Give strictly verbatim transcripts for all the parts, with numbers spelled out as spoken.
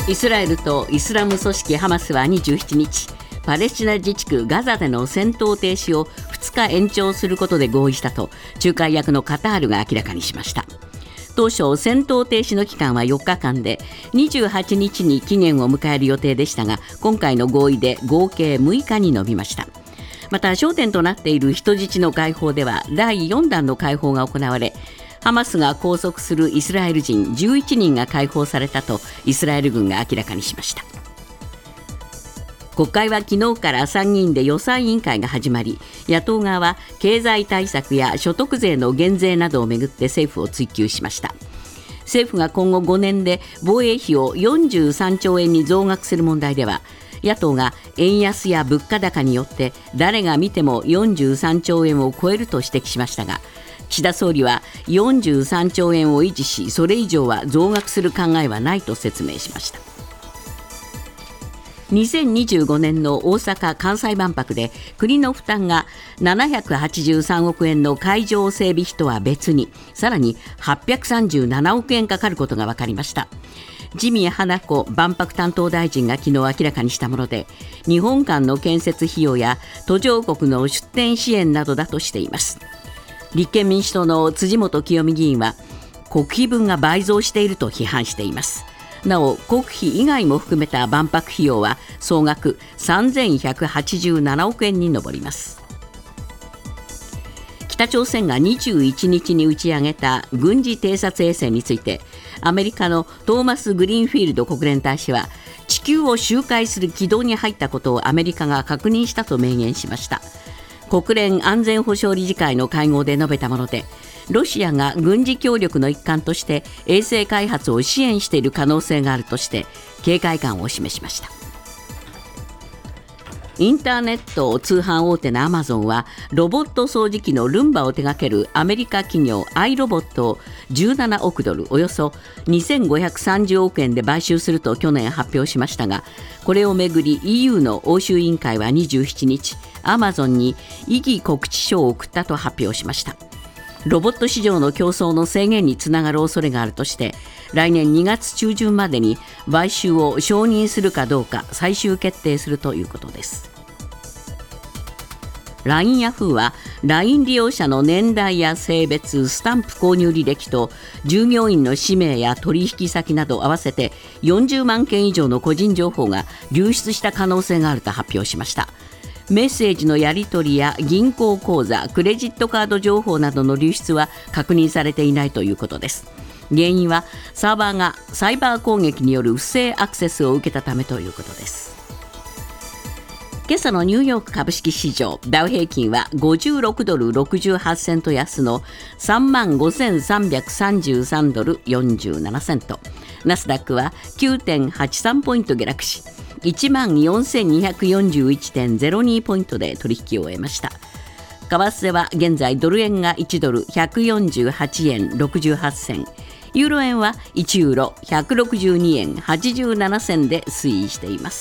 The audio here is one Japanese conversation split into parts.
イスラエルとイスラム組織ハマスはにじゅうしちにち、パレスチナ自治区ガザでの戦闘停止をふつか延長することで合意したと仲介役のカタールが明らかにしました。当初戦闘停止の期間はよっかかんでにじゅうはちにちに期限を迎える予定でしたが、今回の合意で合計むいかに延びました。また焦点となっている人質の解放ではだいよんだんの解放が行われ、ハマスが拘束するイスラエル人じゅういちにんが解放されたとイスラエル軍が明らかにしました。国会は昨日から参議院で予算委員会が始まり、野党側は経済対策や所得税の減税などをめぐって政府を追及しました。政府が今後ごねんで防衛費をよんじゅうさんちょうえんに増額する問題では、野党が円安や物価高によって誰が見てもよんじゅうさんちょうえんを超えると指摘しましたが、岸田総理はよんじゅうさんちょうえんを維持し、それ以上は増額する考えはないと説明しました。にせんにじゅうごねんの大阪・関西万博で国の負担がななひゃくはちじゅうさんおくえんの会場整備費とは別に、さらにはっぴゃくさんじゅうななおくえんかかることが分かりました。自見英子万博担当大臣が昨日明らかにしたもので、日本館の建設費用や途上国の出展支援などだとしています。立憲民主党の辻元清美議員は国費分が倍増していると批判しています。なお国費以外も含めた万博費用は総額さんぜんひゃくはちじゅうななおくえんに上ります。北朝鮮がにじゅういちにちに打ち上げた軍事偵察衛星について、アメリカのトーマス・グリーンフィールド国連大使は地球を周回する軌道に入ったことをアメリカが確認したと明言しました。国連安全保障理事会の会合で述べたもので、ロシアが軍事協力の一環として衛星開発を支援している可能性があるとして警戒感を示しました。インターネット通販大手のアマゾンはロボット掃除機のルンバを手掛けるアメリカ企業アイロボットをじゅうななおくドル、およそにせんごひゃくさんじゅうおくえんで買収すると去年発表しましたが、これをめぐり イーユー の欧州委員会はにじゅうしちにち、アマゾンに異議告知書を送ったと発表しました。ロボット市場の競争の制限につながる恐れがあるとして、来年にがつちゅうじゅんまでに買収を承認するかどうか最終決定するということです。 ライン ヤフーは ライン 利用者の年代や性別、スタンプ購入履歴と従業員の氏名や取引先など合わせてよんじゅうまんけん以上の個人情報が流出した可能性があると発表しました。メッセージのやり取りや銀行口座、クレジットカード情報などの流出は確認されていないということです。原因はサーバーがサイバー攻撃による不正アクセスを受けたためということです。今朝のニューヨーク株式市場、ダウ平均はごじゅうろくドルろくじゅうはちセント安の さんまんごせんさんびゃくさんじゅうさんドルよんじゅうななセント、ナスダックは きゅうてんはちさん ポイント下落しいちまんよんせんにひゃくよんじゅういちてんゼロに ポイントで取引を終えました。為替は現在ドル円がいちドルひゃくよんじゅうはちえんろくじゅうはちせん、ユーロ円はいちユーロひゃくろくじゅうにえんはちじゅうななせんで推移しています。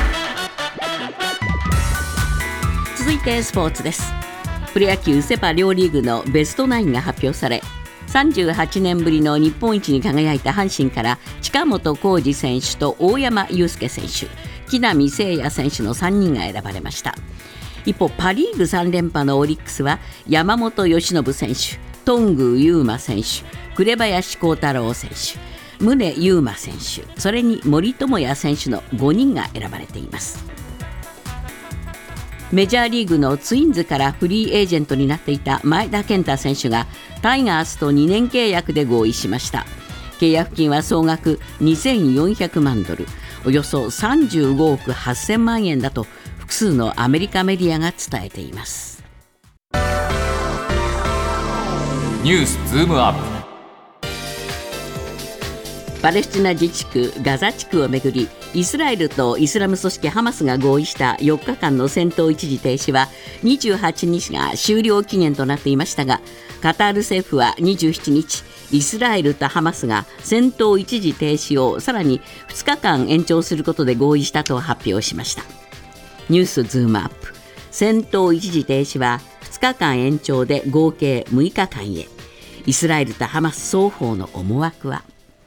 続いてスポーツです。プロ野球セパ両リーグのベストナインが発表され、さんじゅうはちねんぶりの日本一に輝いた阪神から近本光司選手と大山悠輔選手、木浪聖也選手のさんにんが選ばれました。一方パリーグさんれんぱのオリックスは山本由伸選手、頓宮裕真選手、紅林弘太郎選手、宗佑磨選手、それに森友哉選手のごにんが選ばれています。メジャーリーグのツインズからフリーエージェントになっていた前田健太選手がタイガースとにねん契約で合意しました。契約金は総額にせんよんひゃくまんドル、およそさんじゅうごおくはっせんまんえんだと複数のアメリカメディアが伝えています。 ニュースズームアップ。 パレスチナ自治区ガザ地区をめぐり、イスラエルとイスラム組織ハマスが合意したよっかかんの戦闘一時停止はにじゅうはちにちが終了期限となっていましたが、カタール政府はにじゅうしちにち、イスラエルとハマスが戦闘一時停止をさらにふつかかん延長することで合意したと発表しました。ニュースズームアップ。戦闘一時停止はふつかかん延長で合計むいかかんへ。イスラエルとハマス双方の思惑は。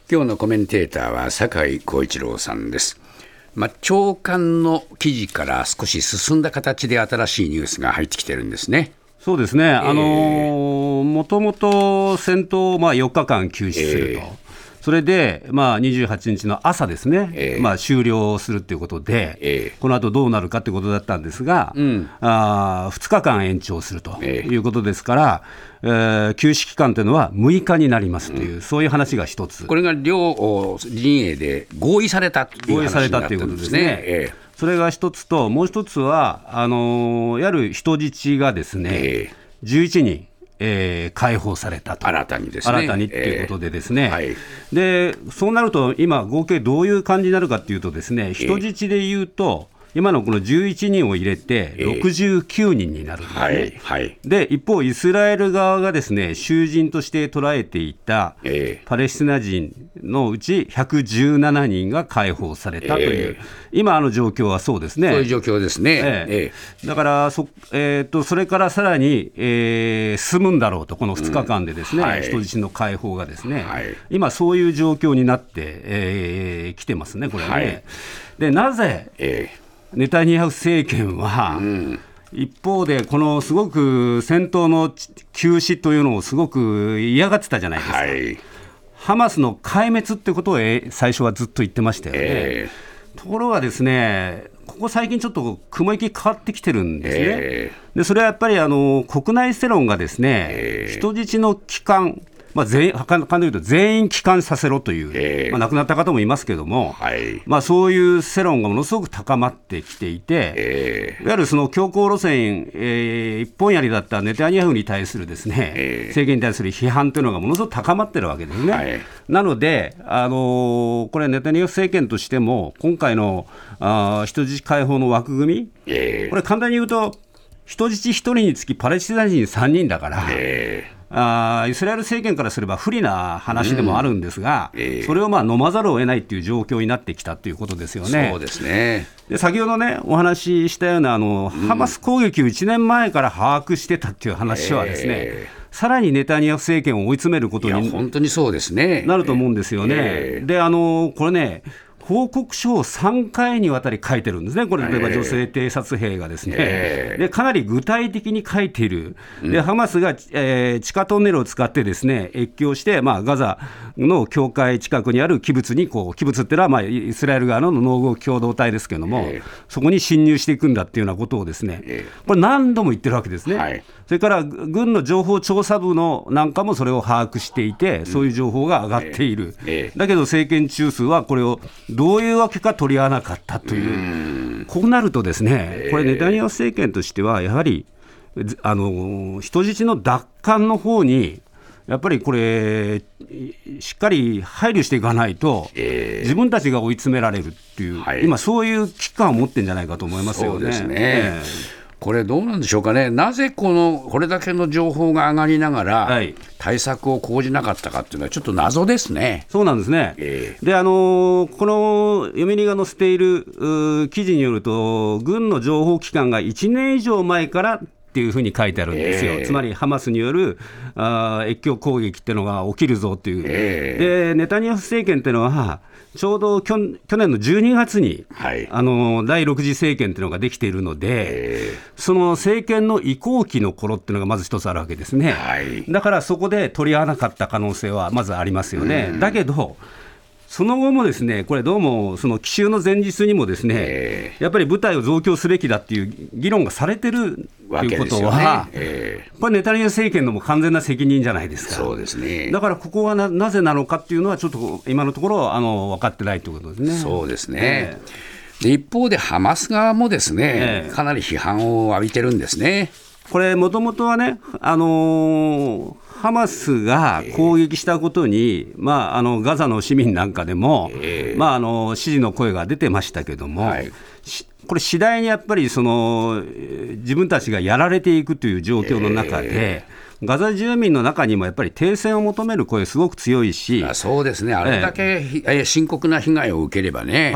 今日のコメンテーターは酒井光一郎さんです。まあ、長官の記事から少し進んだ形で新しいニュースが入ってきてるんですね。 そうですね、あのもともと戦闘をまあよっかかん休止すると、えー、それでまあにじゅうはちにちの朝ですね、えーまあ、終了するということで、えー、この後どうなるかということだったんですが、うん、あふつかかん延長するということですから、えー、休止期間というのはむいかになりますという、うん、そういう話が一つ。 これが両陣営で合意されたという話になってるんですね。 えーそれが一つと、もう一つはあのー、いわゆる人質がですね、えー、じゅういちにん、えー、解放されたと、 新たにですね、 新たにということでですね、 えーはい、 でそうなると今合計どういう感じになるかというとですね、人質でいうと、えー今のこのじゅういちにんを入れてろくじゅうきゅうにんになるんですね、 はいはい、 で一方イスラエル側がですね囚人として捕らえていたパレスチナ人のうちひゃくじゅうななにんが解放されたという、えー、今あの状況はそうですね。 そういう状況ですね、 えーえー、だからそ、えー、とそれからさらに、えー、進むんだろうと、このふつかかんでですね、うんはい、人質の解放がですね、はい、今そういう状況になって、えー、来てますね、これね、はい、でなぜ、えーネタニヤフ政権は、うん、一方でこのすごく戦闘の休止というのをすごく嫌がってたじゃないですか、はい、ハマスの壊滅ってことを最初はずっと言ってましたよね、えー、ところがですねここ最近ちょっと雲行き変わってきてるんですね、えー、でそれはやっぱりあの国内世論がですね、えー、人質の帰還まあ、全員簡単に言うと全員帰還させろという、えーまあ、亡くなった方もいますけれども、はいまあ、そういう世論がものすごく高まってきていて、えー、いわゆるその強硬路線、えー、一本槍だったネタニヤフに対するですね、えー、政権に対する批判というのがものすごく高まっているわけですね、はい、なので、あのー、これネタニヤフ政権としても今回のあ人質解放の枠組み、えー、これ簡単に言うと人質ひとりにつきパレスチナ人さんにんだから、えーあイスラエル政権からすれば不利な話でもあるんですが、うんえー、それをまあ飲まざるを得ないという状況になってきたということですよね。 そうですね。 で先ほどねお話ししたようなあの、うん、ハマス攻撃をいちねんまえから把握してたっていう話はですね、えー、さらにネタニヤフ政権を追い詰めることに本当にそうですねなると思うんですよね、えー、であのこれね報告書をさんかいにわたり書いてるんですね。これ例えば女性偵察兵がですね、えー、でかなり具体的に書いている。でハマスが、えー、地下トンネルを使ってですね越境して、まあ、ガザの境界近くにあるキブツにこうキブツっていうのは、まあ、イスラエル側の農業共同体ですけれども、えー、そこに侵入していくんだっていうようなことをですね、えー、これ何度も言ってるわけですね、はい、それから軍の情報調査部のなんかもそれを把握していて、そういう情報が上がっている、えーえー、だけど政権中枢はこれをどういうわけか取り合わなかったという、うこうなるとですね、これネタニヤフ政権としてはやはりあの人質の奪還の方にやっぱりこれしっかり配慮していかないと、えー、自分たちが追い詰められるっていう、はい、今そういう危機感を持ってるんじゃないかと思いますよね。 そうですね、えーこれどうなんでしょうかね。なぜこのこれだけの情報が上がりながら対策を講じなかったかっていうのはちょっと謎ですね。 そうなんですね、えー、であのー、この読売が載せている記事によると軍の情報機関がいちねん以上前からっていうふうに書いてあるんですよ、えー、つまりハマスによるあ越境攻撃っていうのが起きるぞっていう、えー、でネタニヤフ政権っていうのはちょうど去年のじゅうにがつに、はい、あのだいろく次政権というのができているので、えー、その政権の移行期の頃っていうのがまず一つあるわけですね、はい、だからそこで取り合わなかった可能性はまずありますよね。だけどその後もですね、これどうもその奇襲の前日にもですね、えー、やっぱり部隊を増強すべきだっていう議論がされてるということは、ねえー、これネタニヤフ政権のも完全な責任じゃないですか。 そうですね。 だからここは な, なぜなのかっていうのはちょっと今のところあの分かってないということですね。 そうですね、えー、で一方でハマス側もですね、えー、かなり批判を浴びてるんですね。 これもともとはね、あのー、ハマスが攻撃したことに、えーまあ、あのガザの市民なんかでも、えーまあ、あの支持の声が出てましたけども、はい、これ次第にやっぱりその自分たちがやられていくという状況の中で、えー、ガザ住民の中にもやっぱり停戦を求める声すごく強いし、 あそうですね、あれだけ、えー、深刻な被害を受ければね、はい、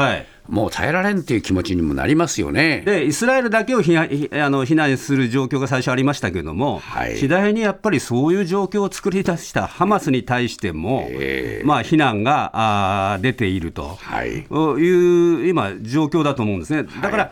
もう耐えられんという気持ちにもなりますよね。 でイスラエルだけを非難、あの非難する状況が最初ありましたけれども、はい、次第にやっぱりそういう状況を作り出したハマスに対しても、えーまあ、非難があ出ていると、はい、いう今、状況だと思うんですね。だから、はい、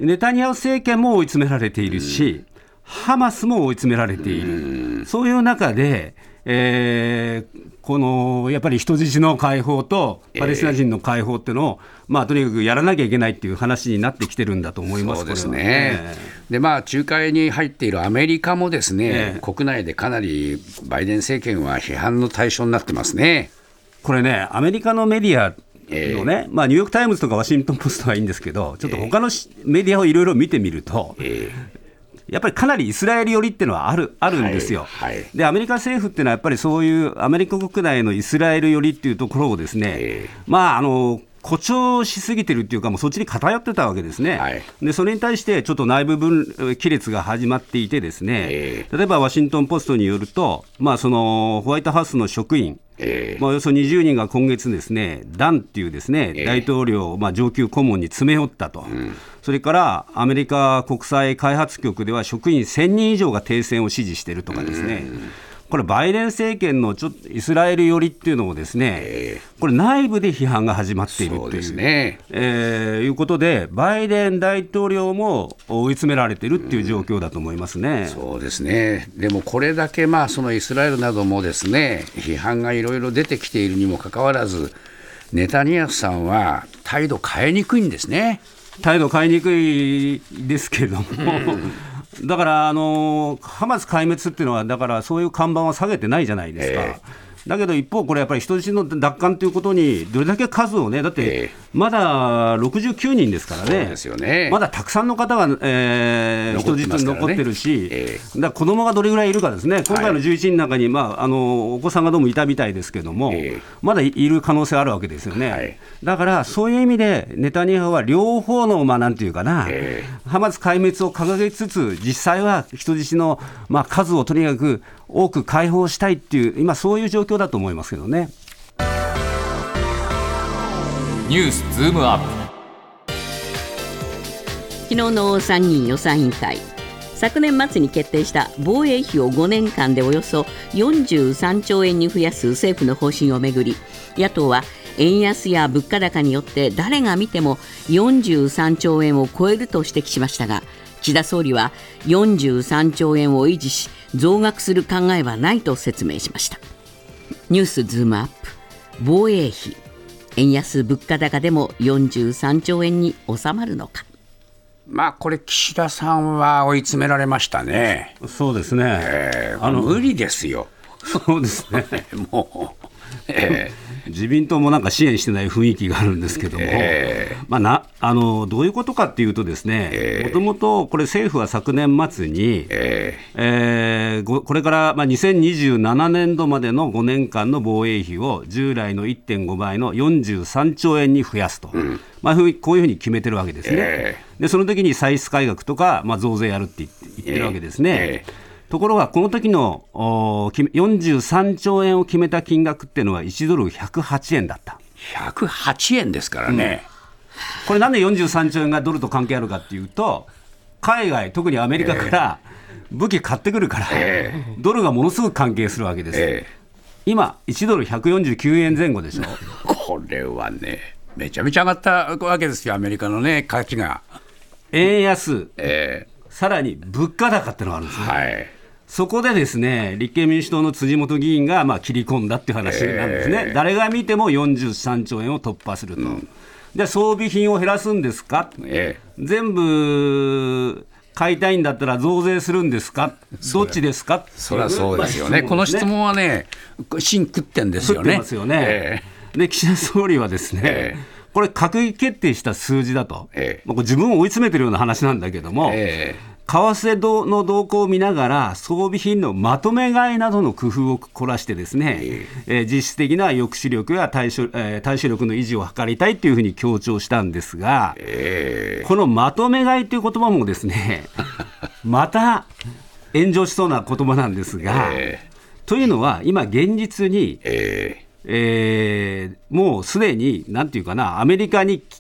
ネタニヤフ政権も追い詰められているし、ハマスも追い詰められている、そういう中で、えー、このやっぱり人質の解放とパレスチナ人の解放っていうのを、えーまあ、とにかくやらなきゃいけないっていう話になってきてるんだと思います。 そうですね。で、まあ、仲介に入っているアメリカもですね、えー、国内でかなりバイデン政権は批判の対象になってますね。 これね、アメリカのメディアのね、えーまあ、ニューヨークタイムズとかワシントンポストはいいんですけど、ちょっと他のメディアをいろいろ見てみると、えーやっぱりかなりイスラエル寄りっていうのはある、あるんですよ、はいはい、でアメリカ政府っていうのはやっぱりそういうアメリカ国内のイスラエル寄りっていうところをですね、えー、まああの誇張しすぎてるっていうか、もうそっちに偏ってたわけですね、はい、でそれに対してちょっと内部分亀裂が始まっていてですね、えー、例えばワシントンポストによると、まあ、そのホワイトハウスの職員、えーまあ、およそにじゅうにんが今月ですね、ダンっていうですね、えー、大統領、まあ、上級顧問に詰め寄ったと、うん、それからアメリカ国際開発局では職員せんにん以上が停戦を支持しているとかですね、うん、これバイデン政権のちょっとイスラエル寄りっていうのをですね、えー、これ内部で批判が始まっているという、そうですね、えー、いうことでバイデン大統領も追い詰められているっていう状況だと思いますね、 うん、そうですね。でもこれだけまあそのイスラエルなどもですね、批判がいろいろ出てきているにもかかわらず、ネタニヤフさんは態度変えにくいんですね。 態度変えにくいですけれども、うん、だからあのハマス壊滅っていうのは、だからそういう看板は下げてないじゃないですか、えーだけど一方、これやっぱり人質の奪還ということにどれだけ数をね、だってまだろくじゅうきゅうにんですからね、そうですよね、まだたくさんの方が、えー、人質に残ってるし、えー、だから子供がどれぐらいいるかですね、今回のじゅういちにんの中に、まあ、あのお子さんがどうもいたみたいですけども、えー、まだいる可能性あるわけですよね、はい、だからそういう意味でネタニヤフは両方の、まあ、なんていうかな、えー、ハマス壊滅を掲げつつ、実際は人質の、まあ、数をとにかく多く解放したいっていう、今そういう状況だと思いますけどね。 ニュースズームアップ。 昨日の参議院予算委員会、昨年末に決定した防衛費をごねんかんでおよそよんじゅうさんちょうえんに増やす政府の方針をめぐり、野党は円安や物価高によって誰が見てもよんじゅうさんちょうえんを超えると指摘しましたが、岸田総理はよんじゅうさんちょうえんを維持し増額する考えはないと説明しました。ニュースズームアップ。防衛費、円安物価高でもよんじゅうさんちょうえんに収まるのか。 まあこれ岸田さんは追い詰められましたね。 そうですね、 えー、あの無理ですよ。 そうですねもう、えー自民党もなんか支援してない雰囲気があるんですけども、えーまあ、なあのどういうことかっていうとですね、もともとこれ政府は昨年末に、えーえー、これからまあにせんにじゅうななねんどまでのごねんかんの防衛費を従来の いってんごばいのよんじゅうさんちょうえんに増やすと、うんまあ、こういうふうに決めてるわけですね、えー、でその時に歳出改革とか、まあ、増税やるって言って、言ってるわけですね、えーえーところがこの時のよんじゅうさんちょうえんを決めた金額っていうのはいちドルひゃくはちえんだった。 ひゃくはちえんですからね、 うん、これなんでよんじゅうさんちょうえんがドルと関係あるかっていうと、海外特にアメリカから武器買ってくるから、えー、ドルがものすごく関係するわけです、えー、今いちドルひゃくよんじゅうきゅうえんぜん後でしょこれはねめちゃめちゃ上がったわけですよ、アメリカのね価値が。 円安、えー、さらに物価高ってのがあるんですね、はい、そこでですね、立憲民主党の辻元議員がまあ切り込んだっていう話なんですね、えー、誰が見てもよんじゅうさんちょうえんを突破すると、うん、で装備品を減らすんですか、えー、全部買いたいんだったら増税するんですか、どっちですか。 そりゃそうですよね、まあ、この質問はね芯食ってんですよね。 食ってますよね、えー、で岸田総理はですね、えーこれ閣議決定した数字だと、ええまあ、これ自分を追い詰めてるような話なんだけども、ええ、為替の動向を見ながら装備品のまとめ買いなどの工夫を凝らしてですね、えええー、実質的な抑止力や対処、えー、対処力の維持を図りたいというふうに強調したんですが、ええ、このまとめ買いという言葉もですねまた炎上しそうな言葉なんですが、ええ、というのは今現実に、えええー、もうすでになんていうかな、アメリカに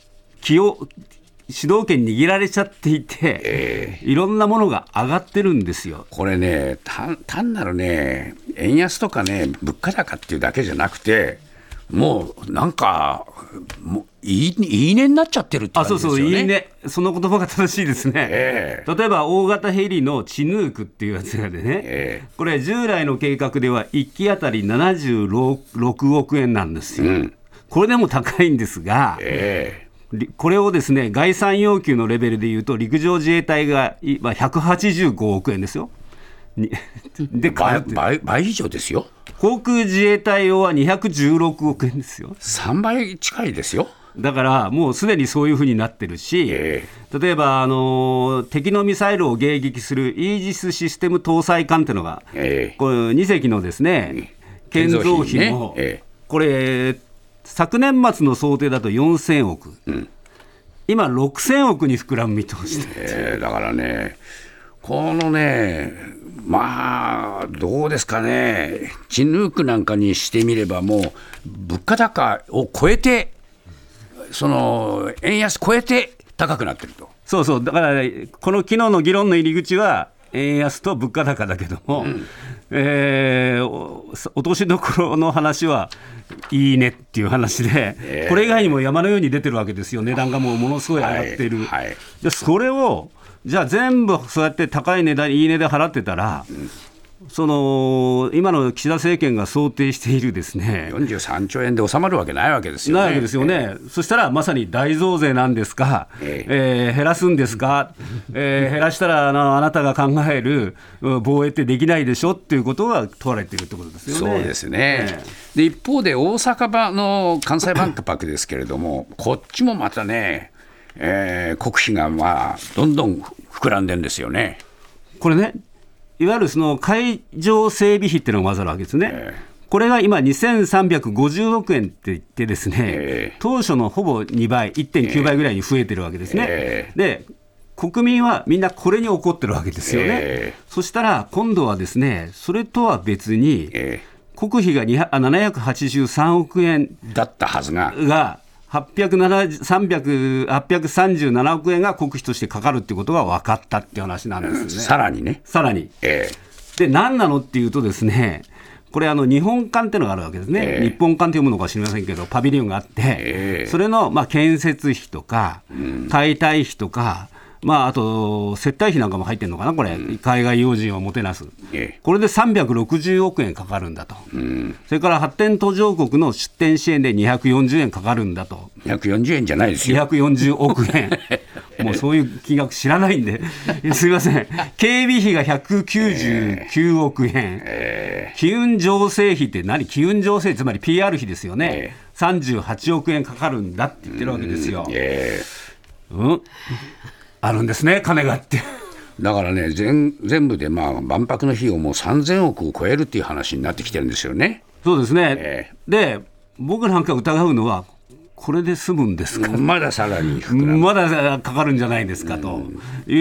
気を主導権握られちゃっていて、えー、いろんなものが上がってるんですよ。 これね、単、単なるね、円安とかね、物価高っていうだけじゃなくて、もうなんかもういい、いいねになっちゃってるって感じですよね。 あ、そうそう、いいね、その言葉が正しいですね、えー、例えば大型ヘリのチヌークっていうやつがでね、えー、これ従来の計画ではいっきあたりななじゅうろくおくえんなんですよ、うん、これでも高いんですが、えーこれをですね、概算要求のレベルでいうと陸上自衛隊が今ひゃくはちじゅうごおくえんですよ。で倍, 倍, 倍以上ですよ。 航空自衛隊用はにひゃくじゅうろくおくえんですよ。 さんばい近いですよ。 だからもうすでにそういうふうになってるし、えー、例えば、あのー、敵のミサイルを迎撃するイージスシステム搭載艦というのが、えー、これに隻のですね、建造費も、ねえー、これ昨年末の想定だとよんせんおく、うん、今ろくせんおくに膨らむ見通しで、 えー、だからね、このね、まあどうですかね、チヌークなんかにしてみればもう物価高を超えて、その円安超えて高くなってると。 そうそう、だから、ね、この昨日の議論の入り口は円安と物価高だけども、うん、えー、お落としどころの話はいいねっていう話で、えー、これ以外にも山のように出てるわけですよ。値段がもうものすごい上がっている、はいはい、でそれをじゃあ全部そうやって高い値段、いい値で払ってたら、うん、その今の岸田政権が想定しているですねよんじゅうさんちょうえんで収まるわけないわけですよね。 ないわけですよね、えー、そしたらまさに大増税なんですか、えーえー、減らすんですか、えー、減らしたらあのあなたが考える防衛ってできないでしょっていうことが問われているってことですよね。 そうですね、えー、で一方で大阪版の関西万博ですけれどもこっちもまたね、えー、国費がまあどんどん膨らんでるんですよね。 これね、いわゆるその会場整備費っていうのが混ざるわけですね、えー、これが今にせんさんびゃくごじゅうおくえんって言ってですね、えー、当初のほぼにばい いってんきゅうばいぐらいに増えてるわけですね、えー、で国民はみんなこれに怒ってるわけですよね、えー、そしたら今度はですね、それとは別に、えー、国費がななひゃくはちじゅうさんおくえんだったはずががはっぴゃくさんじゅうななおくえんが国費としてかかるってことが分かったっていう話なんですね、うん、 さらにねさらに、えー、で何なのっていうとですね、これあの日本館っていうのがあるわけですね、えー、日本館と読むのか知りませんけどパビリオンがあって、えー、それのまあ建設費とか、うん、解体費とか、まあ、あと接待費なんかも入ってるのかな、これ、うん、海外要人をもてなす、ええ、これでさんびゃくろくじゅうおくえんかかるんだと、うん、それから発展途上国の出展支援でにひゃくよんじゅうえんかかるんだと。 にひゃくよんじゅうえんじゃないですよ、 にひゃくよんじゅうおくえんもうそういう金額知らないんですいません。警備費がひゃくきゅうじゅうきゅうおくえん、えー、機運醸成費って何、機運醸成つまり ピーアール 費ですよね、えー、さんじゅうはちおくえんかかるんだって言ってるわけですよ、えーうんあるんですね、金がって。 だからね、全, 全部でまあ万博の費用もさんぜんおくを超えるっていう話になってきてるんですよね。 そうですね、えー、で僕なんか疑うのはこれで済むんですか、 まださらに膨らむ、 まだかかるんじゃないですかという、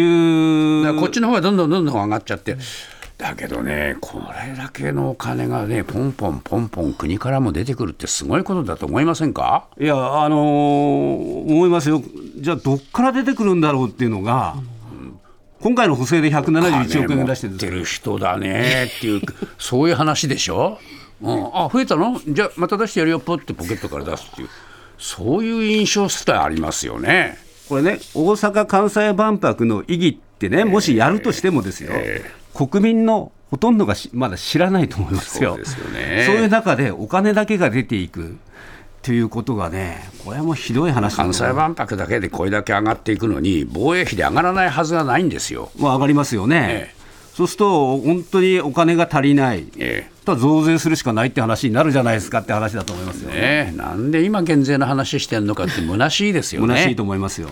だからこっちの方がどんどんどんどん上がっちゃって、だけどね、これだけのお金がねポンポンポンポン国からも出てくるってすごいことだと思いませんか。 いや、あのー、思いますよ。じゃあどっから出てくるんだろうっていうのが、うん、今回の補正でひゃくななじゅういちおくえん出してるんですよ。 金持ってる人だねっていうそういう話でしょ、うん、あ増えたのじゃあまた出してやるよ、ポッてポケットから出すっていう、そういう印象すらありますよね。 これね、大阪・関西万博の意義ってね、もしやるとしてもですよ、えー、国民のほとんどがまだ知らないと思いますよ。 そうですよね。 そういう中でお金だけが出ていくということがね、これはもうひどい話だと思う。 関西万博だけでこれだけ上がっていくのに防衛費で上がらないはずがないんですよ。 まあ、上がりますよね、ええ、そうすると本当にお金が足りない、ええ、と増税するしかないって話になるじゃないですかって話だと思いますよ ね, ね。なんで今減税の話してるのかって虚しいですよね。 虚しいと思いますよ。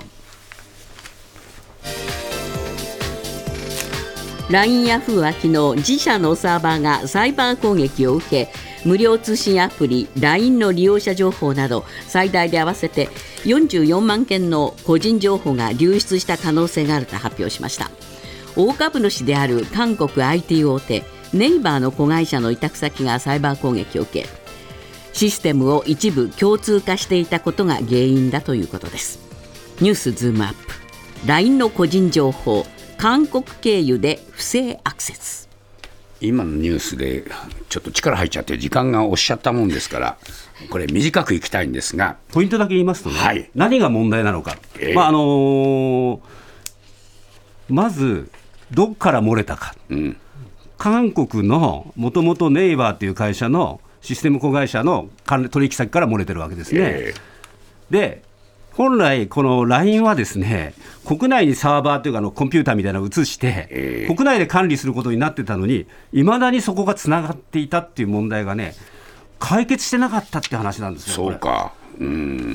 ライン ヤフーは昨日自社のサーバーがサイバー攻撃を受け、無料通信アプリ ライン の利用者情報など最大で合わせてよんじゅうよんまんけんの個人情報が流出した可能性があると発表しました。大株主である韓国 アイティー 大手ネイバーの子会社の委託先がサイバー攻撃を受け、システムを一部共通化していたことが原因だということです。 ニュースズームアップ。 ライン の個人情報韓国経由で不正アクセス。 今のニュースでちょっと力入っちゃって時間が押しちゃったもんですから、これ短くいきたいんですが、 ポイントだけ言いますとね、はい、何が問題なのか、 えーまああのー、まずどこから漏れたか、うん、韓国のもともとネイバーという会社のシステム子会社の取引先から漏れてるわけですね、えー、で本来この ライン はですね、国内にサーバーというかのコンピューターみたいなのを移して、えー、国内で管理することになってたのに、いまだにそこがつながっていたっていう問題がね、解決してなかったって話なんですよ。 そうか、うん、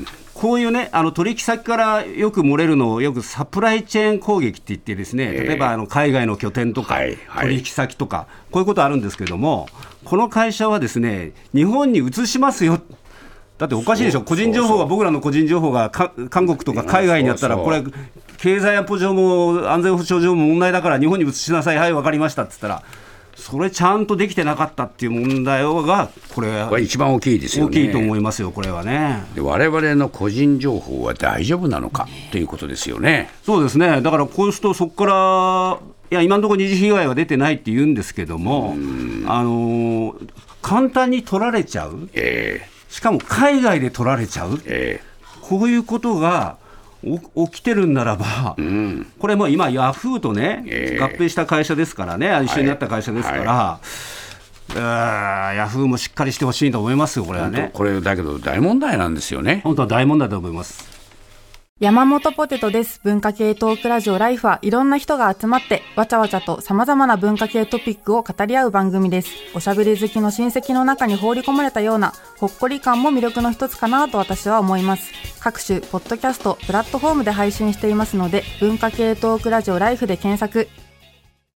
こういうね、あの取引先からよく漏れるのをよくサプライチェーン攻撃って言ってですね、例えばあの海外の拠点とか取引先とかこういうことあるんですけども、この会社はですね、日本に移しますよ。だっておかしいでしょ、個人情報が、僕らの個人情報が韓国とか海外にあったら、これ経済安保上も安全保障上も問題だから日本に移しなさい、はい分かりましたって言ったら、それちゃんとできてなかったっていう問題がこれ、 これ一番大きいですよね。 大きいと思いますよ、これはね。 で我々の個人情報は大丈夫なのかということですよね。 そうですね、だからこうするとそこから、いや今のところ二次被害は出てないって言うんですけども、あのー、簡単に取られちゃう、えーしかも海外で取られちゃう、えー、こういうことが起きてるんならば、うん、これも今ヤフーとね、えー、合併した会社ですからね、一緒になった会社ですから、はいはい、ヤフーもしっかりしてほしいと思いますよ、これはね。 これだけど大問題なんですよね。 本当は大問題だと思います。 山本ポテトです。文化系トークラジオライフはいろんな人が集まってわちゃわちゃと様々な文化系トピックを語り合う番組です。おしゃべり好きの親戚の中に放り込まれたようなほっこり感も魅力の一つかなと私は思います。各種ポッドキャストプラットフォームで配信していますので、文化系トークラジオライフで検索。